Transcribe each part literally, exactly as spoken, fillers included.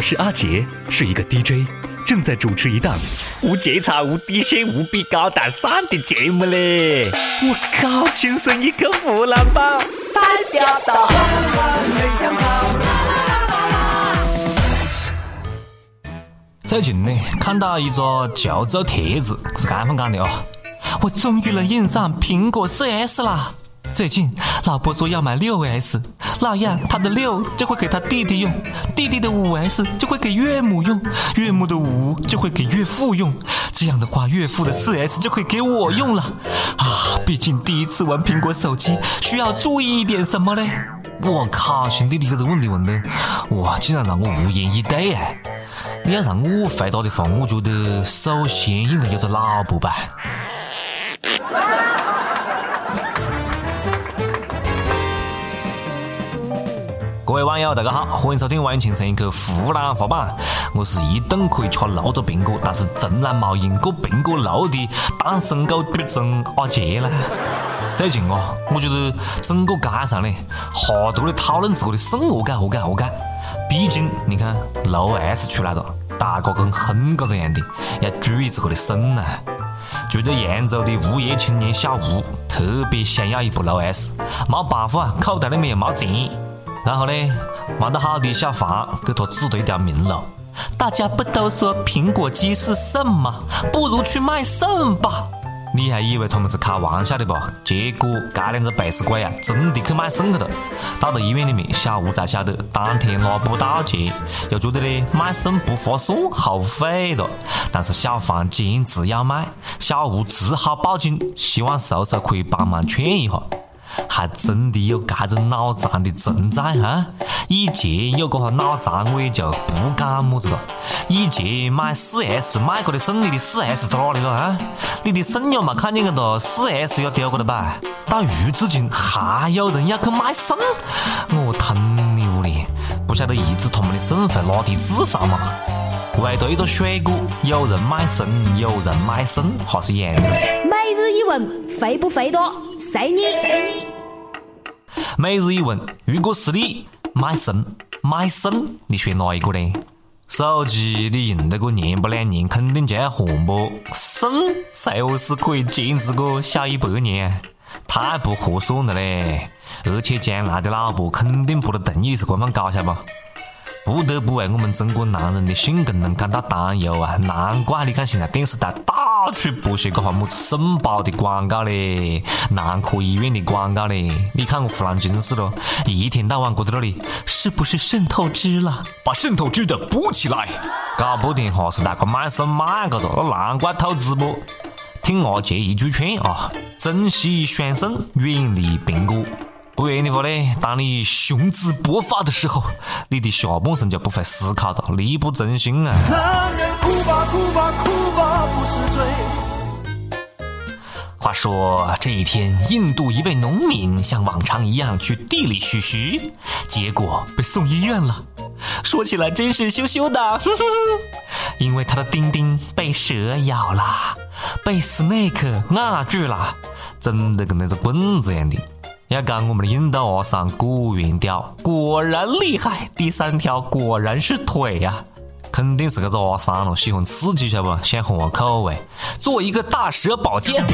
是阿杰，是一个 D J， 正在主持一档无节操、无底线、无比高大上的节目嘞！我靠，亲生一个湖南宝，代表到最近呢，看到一个求助帖子，是这样讲的哦：我终于能用上苹果 四 S 啦！最近老婆说要买 六 S， 那样他的六就会给他弟弟用，弟弟的 五 S 就会给岳母用，岳母的五就会给岳父用，这样的话岳父的 四 S 就会给我用了啊！毕竟第一次玩苹果手机，需要注意一点什么呢？我靠，兄弟，你这个问题问的，哇，竟然让我无言以对哎！你要让我回答的话，我觉得首先应该有个老婆吧。各位网友大家好，欢迎收听网易轻松一刻湖南话版，我是一顿可以吃六个苹果，但是从来没用过苹果六的单身狗主持人阿杰啦。最近哦，我觉得整个街上呢，好多的讨论这个的肾何解何解何解。毕竟你看六 S 出来了，大家跟哼个一样的，要注意这个的肾啊。住在扬州的无业青年小吴特别想要一部六 S， 没办法，口袋里面又没钱。然后呢，玩得好的小范给他指对一条明路。大家不都说苹果肌是肾吗？不如去卖肾吧。你还以为他们是开玩笑的吧？结果这两个背时鬼啊，真的去卖肾去了。到了医院里面，小吴才晓得当天拿不到钱，又觉得呢卖肾不划算，后悔了。但是小范坚持要卖，小吴只好报警，希望叔叔可以帮忙劝一下。还真的有这种脑残的存在啊！以前有这个脑残，我也就不敢么子了。以前买 四 S 买过的肾，你的 四 S 在哪里了啊？你的肾又没看见个的 四 S 又丢过了吧？到如至今还有人要去买肾，我疼你屋里！不晓得一直他们的肾会拉低智商吗？为了一个水果，有人买肾，有人买肾，还是一样的。 每日一问，肥不肥多？随你。 每日一问，如果是你买肾买肾，你选哪一个呢？手机你用得个年不两年，肯定就要换不。肾最好是可以坚持个小一百年，太不合算了嘞！而且将来的老婆肯定不得同意是这么搞，晓得吧？不得不为我们中国男人的性功能感到担忧啊！难怪你看现在电视台到处播些个哈么子肾宝的广告嘞，男科医院的广告嘞。你看我湖南经视咯，一天到晚搁在那里，是不是肾透支了？把肾透支的补起来！搞不定哈是大家卖肾卖个的，难怪透支不。听阿杰一句劝啊，珍惜双肾，远离苹果。不然的话呢，当你雄姿勃发的时候，你的下半身就不会思考了，力不从心啊！男人哭吧哭吧哭吧不是罪。话说这一天，印度一位农民像往常一样去地里蓄须，结果被送医院了。说起来真是羞羞的，呵呵呵，因为他的丁丁被蛇咬了，被 snake 压住了，真的跟那个棍子一样的。要讲我们的印度阿三果然屌，果然厉害，第三条果然是腿呀、啊，肯定是这个阿三了，喜欢刺激晓得不？想换口味，做一个大蛇宝剑。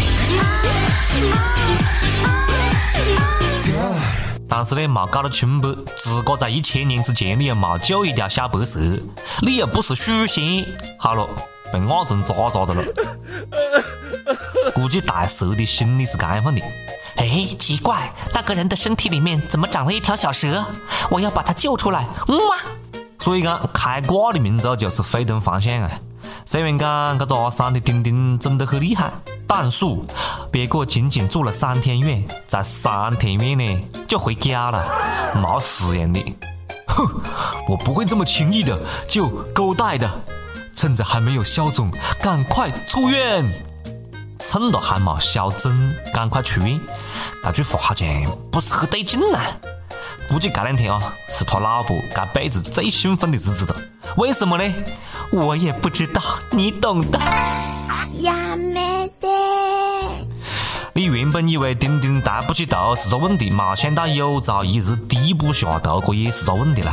但是呢，没搞得清白，自个在一千年之前，你又没救一条小白蛇，你又不是许仙，好了，被压成渣渣的了。估计大蛇的心里是这样的。哎，奇怪，那个人的身体里面怎么长了一条小蛇？我要把它救出来！哇！所以讲，开挂的民族就是非同凡响啊。虽然讲这个阿三的丁丁真的很厉害，但是别个仅仅住了三天院，在三天院呢就回家了，没实验的。哼，我不会这么轻易的就勾带的，趁着还没有消肿，赶快出院。趁着还没消肿，赶快出院，这句话好像不是很对劲呢。估计这两天啊，是他老婆这辈子最兴奋的日子了。为什么呢？我也不知道，你懂的。 呀没得。 你原本以为丁丁抬不起头是个问题，没想到有朝一日低不下头，这也是个问题了。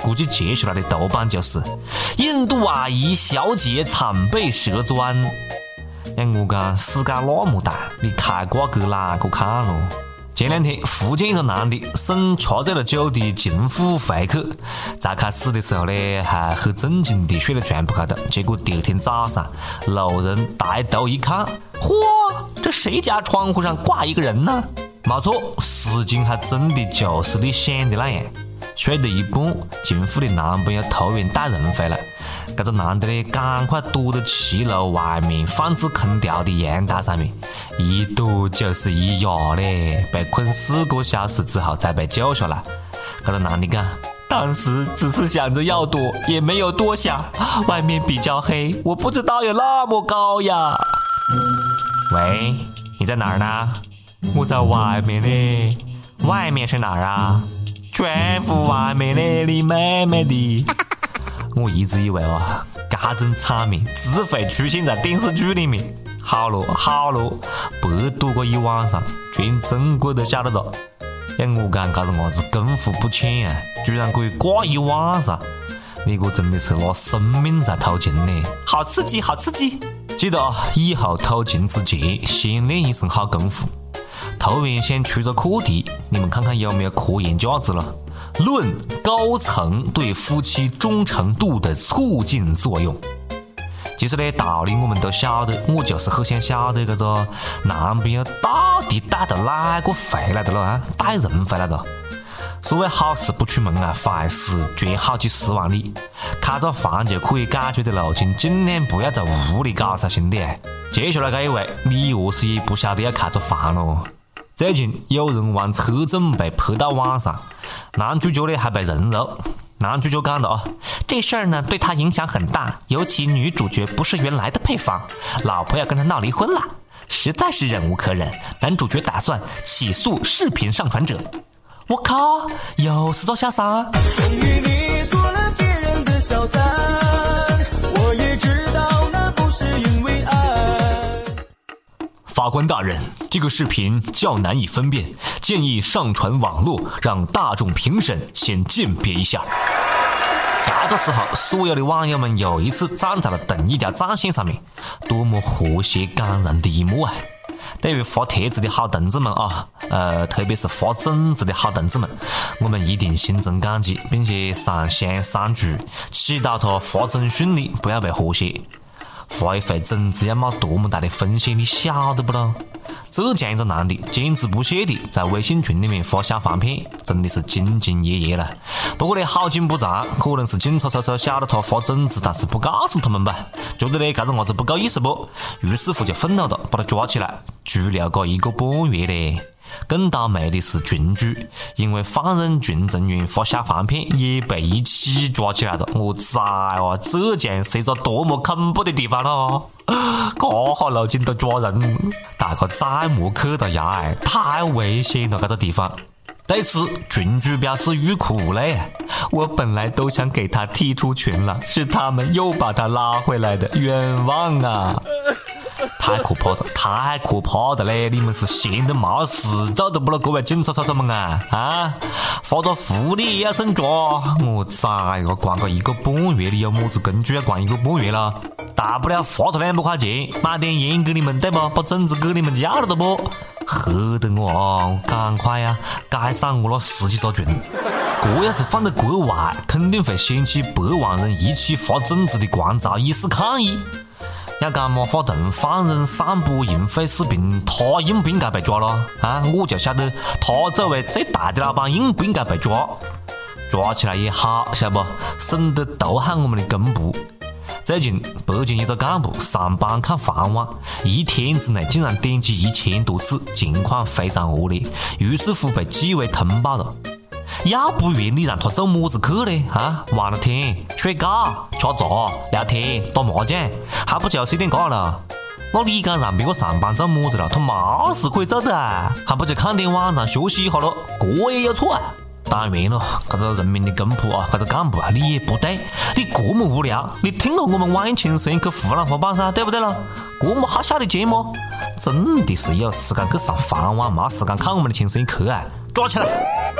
估计接下来的豆瓣就是印度阿姨小姐惨被蛇钻。哎，我讲世界那么大，你开挂给哪个看咯？前两天，福建一个男的送吃醉了酒的情妇回去，在开始的时候呢，还很正经的睡在床铺高头。结果第二天早上，路人抬头一看，嚯，这谁家窗户上挂一个人呢？没错，事情还真的就是你想的那样。睡到一半，情妇的男朋友突然带人回来，这个男的呢，赶快躲到七楼外面放置空调的阳台上面，一躲就是一夜嘞，被困四个小时之后才被救下来。这个男的讲，当时只是想着要躲，也没有多想，外面比较黑，我不知道有那么高呀。喂，你在哪儿呢？我在外面呢。外面是哪儿啊？窗户外面呢，你妹妹的。我一直以为啊，这种场面只会出现在电视剧里面。好咯好咯，白躲过一晚上，全中国都晓得了。哎，我讲这是啥子功夫不浅啊，居然可以挂一晚上，你这真的是拿生命在偷情呢，好刺激好刺激！记得啊，以后偷情之前先练一身好功夫。突然想出个课题，你们看看有没有科研价值了？论高层对夫妻忠诚度的促进作用。其实呢，道理我们都晓得，我就是很想晓得这个男朋友到底带到哪个回来的了啊？带人回来的。所谓好事不出门啊，坏事赚好几十万里。开个房就可以解决的路径，尽量不要在屋里搞噻，兄弟。接下来这一位，你何时也不晓得要开个房咯？最近有人玩车震被拍到网上，男主角呢还被人肉。男主角讲的啊，这事儿呢对他影响很大，尤其女主角不是原来的配方，老婆要跟他闹离婚了，实在是忍无可忍。男主角打算起诉视频上传者。我靠，又是这小三！终于你做了别人的小三，我也知道那不是因为爱。法官大人，这个视频较难以分辨，建议上传网络，让大众评审先鉴别一下。这个时候，所有的网友们又一次站在了同一条战线上面，多么和谐感人的一幕啊！对于发帖子的好同志们啊，呃，特别是发种子的好同志们，我们一定心存感激，并且上香上柱，祈祷他发种顺利，不要被和谐。发一回种子要冒多么大的风险，你晓得不咯？浙江一个男的坚持不懈的在微信群里面发小黄片，真的是兢兢业业了。不过呢，好景不长，可能是警察叔叔晓得他发种子，但是不告诉他们吧，觉得呢这个伢子不够意思不，于是乎就愤怒的把他抓起来，拘留个一个半月嘞。更倒霉的是群主，因为放任群成员发小黄片，也被一起抓起来了。我崽啊，浙江是一个多么恐怖的地方咯！这下路径都抓人，大家再莫去了呀！太危险了，这个地方。对此，群主表示欲哭无泪啊！我本来都想给他踢出群了，是他们又把他拉回来的，冤枉啊！太可怕了，太可怕了嘞！你们是闲得没事做的不咯？各位警察叔叔们啊啊！发到福利也要送抓！我崽个，关个一个半月，你有么子工具要关一个半月了？大不了罚他两百块钱，买点烟给你们对不？把种子给你们要了的不？吓得我啊！我赶快呀，解散我那十几个群。这要是放在国外，肯定会掀起百万人一起发种子的狂潮以示抗议。要讲马化腾放任散播淫秽视频，他应不应该被抓了啊？我就晓得他作为最大的老板应不应该被抓，抓起来也好，晓得不？省得都喊我们的公仆。最近北京一个干部上班看饭碗，一天之内竟然点击一千多次，情况非常恶劣，于是乎被纪委通报了。要不然你让他做么子去呢？啊，玩了天，睡觉、吃茶、聊天、打麻将，还不就是一点尬了？那你讲让别个上班做么子了？他没事可以做的啊，还不就看点网站休息一下了？这也有错啊？当然了，这个人民的公仆啊，这个干部啊，你也不对，你这么无聊，你听了我们网易轻松去湖南话版噻，对不对了？这么好笑的节目，真的是有时间去上饭碗，没时间看我们的轻松一刻啊，抓起来！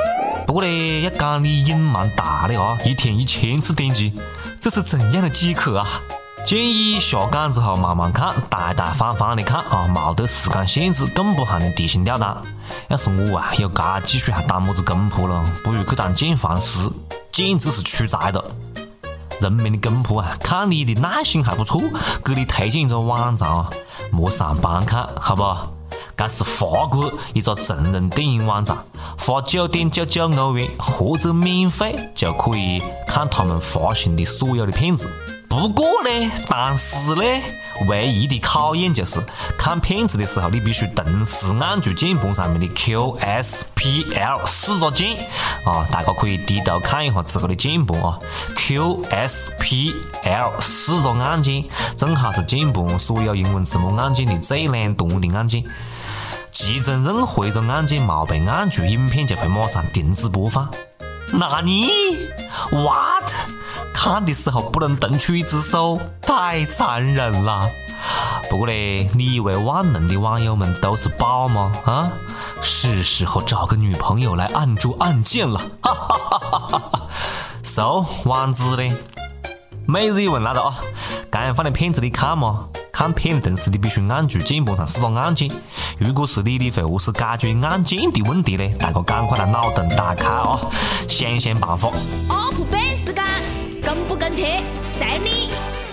不过呢，要讲你瘾蛮大的啊，一天一千次点击，这是怎样的饥渴啊？建议下岗之后慢慢看，大大方方的看啊，没得时间限制，更不喊你提心吊胆。要是我啊，有这技术还当么子公仆了？不如去当键盘师，简直是屈才的。人民的公仆啊，看你的耐心还不错，给你推荐一个网站啊，莫上班看，好不好？这是法国一个成人电影网站，花九点九九欧元或者免费就可以看他们发行的所有的片子。不过呢，但是呢，唯一的考验就是看片子的时候，你必须同时按住键盘上面的 Q S P L 四个键啊，大家可以低头看一下自己的键盘啊 ，Q S P L 四个按键，正好是键盘所有英文字母按键的最两端的按键。其中任何一个按键没被按住，影片就会马上停止播放。那你 what？ 看的时候不能动出一只手，太残忍了。不过呢，你以为万能的网友们都是宝吗？啊，是时候找个女朋友来按住按键了。哈哈哈哈哈哈。So， 网址呢？每日一问来了啊！这样放的片子你看吗？看片的同时，你必须按住键盘上四个按键。如果是你，你会何是解决按键的问题呢？大家赶快来脑洞打开啊！想想办法。 up 背时间，跟不跟帖，随你。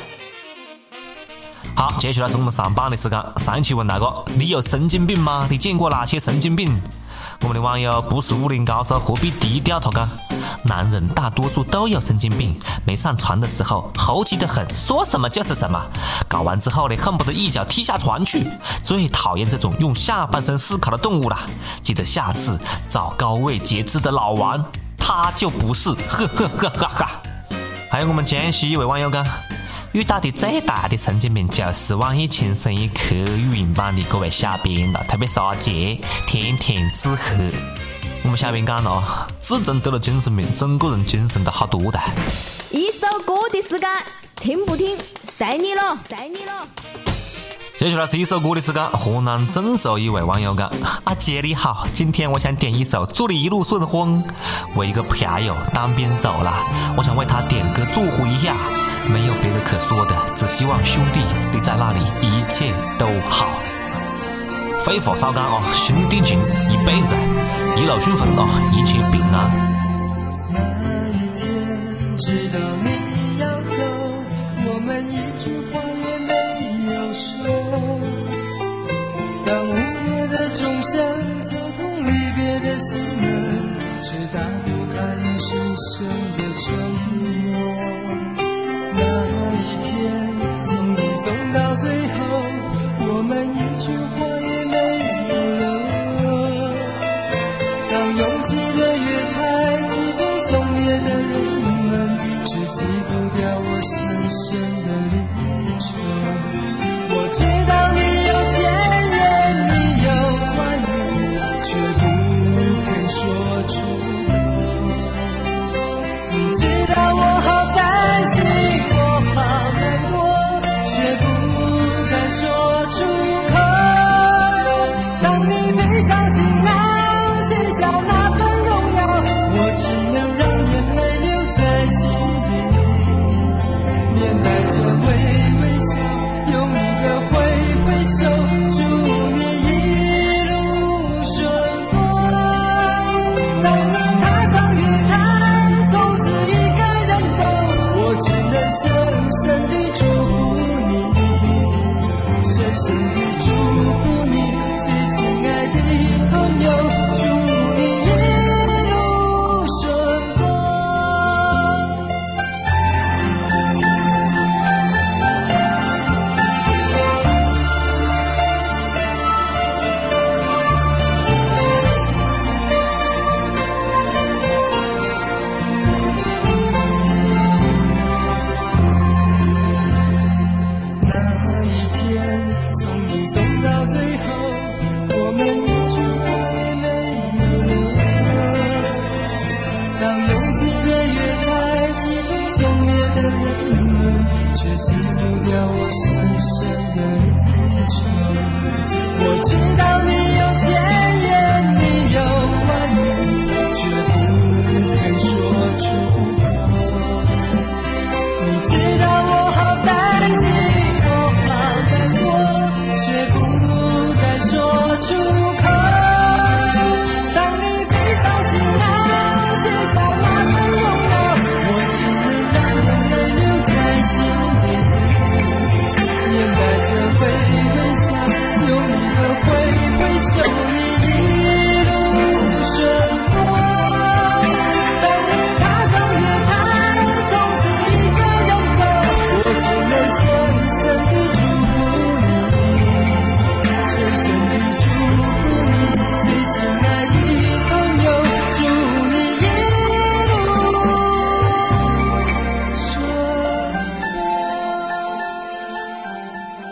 好，接下来是我们上榜的时间。上期问大家，你有神经病吗？你见过哪些神经病？我们的网友不是武林高手，何必低调？他讲，男人大多数都有神经病，没上船的时候猴急得很，说什么就是什么，搞完之后呢，恨不得一脚踢下船去。最讨厌这种用下半身思考的动物了。记得下次找高位截肢的老王，他就不是，呵呵呵呵呵。还有我们江西一位网友讲，遇到的最大的神经病就是网易轻松一刻语音版的各位小编了，特别是阿杰，天天自黑。我们小编讲了啊，自从得了精神病，整个人精神都好多的。 一首歌的时间，听不听，随你了，随你了。 接下来是一首歌的时间，河南郑州一位网友讲，阿杰你好，今天我想点一首祝你一路顺风。我一个朋友当兵走了，我想为他点歌祝福一下。没有别的可说的，只希望兄弟你在那里一切都好。废话少讲啊，兄弟情一辈子，一路顺风啊，一切平安。 那一天知道你要走，我们一句话也没有说。当午夜的钟声敲痛离别的心门，却打不开深深的承诺。那一天从你走到最后，我们一句话也没有了。当拥挤的月台已经冻裂的人们，却挤不掉我深深的旅程。我知道你有前言，你有欢愉，却不肯说出口。你知道我好担心，带着微微笑，用一个回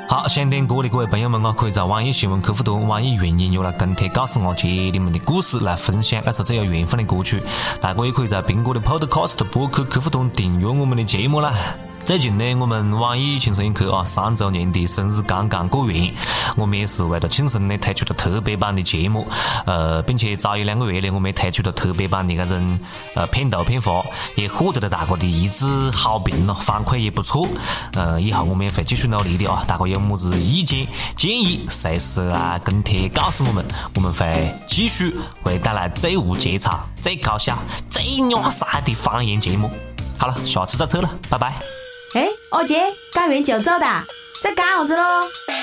好，想点歌的各位朋友们啊，可以在网易新闻客户端、网易云音乐来跟帖告诉我接你们的故事，来分享那首最有缘分的歌曲。大家也可以在苹果的 Podcast 播客客户端订阅我们的节目啦。最近呢，我们网易轻松一刻啊三周年的生日刚刚过完，我们也是为了庆生呢推出了特别版的节目，呃，并且早一两个月呢，我们也推出了特别版的那种呃片头片花，也获得了大家的一致好评咯，反馈也不错。呃，以后我们也会继续努力的啊，大家有么子意见建议，随时来跟帖告诉我们，我们会继续会带来最无节操、最搞笑、最雅塞的方言节目。好了，下次再扯了，拜拜。 哎，二姐，干完就走的，在干啥子喽？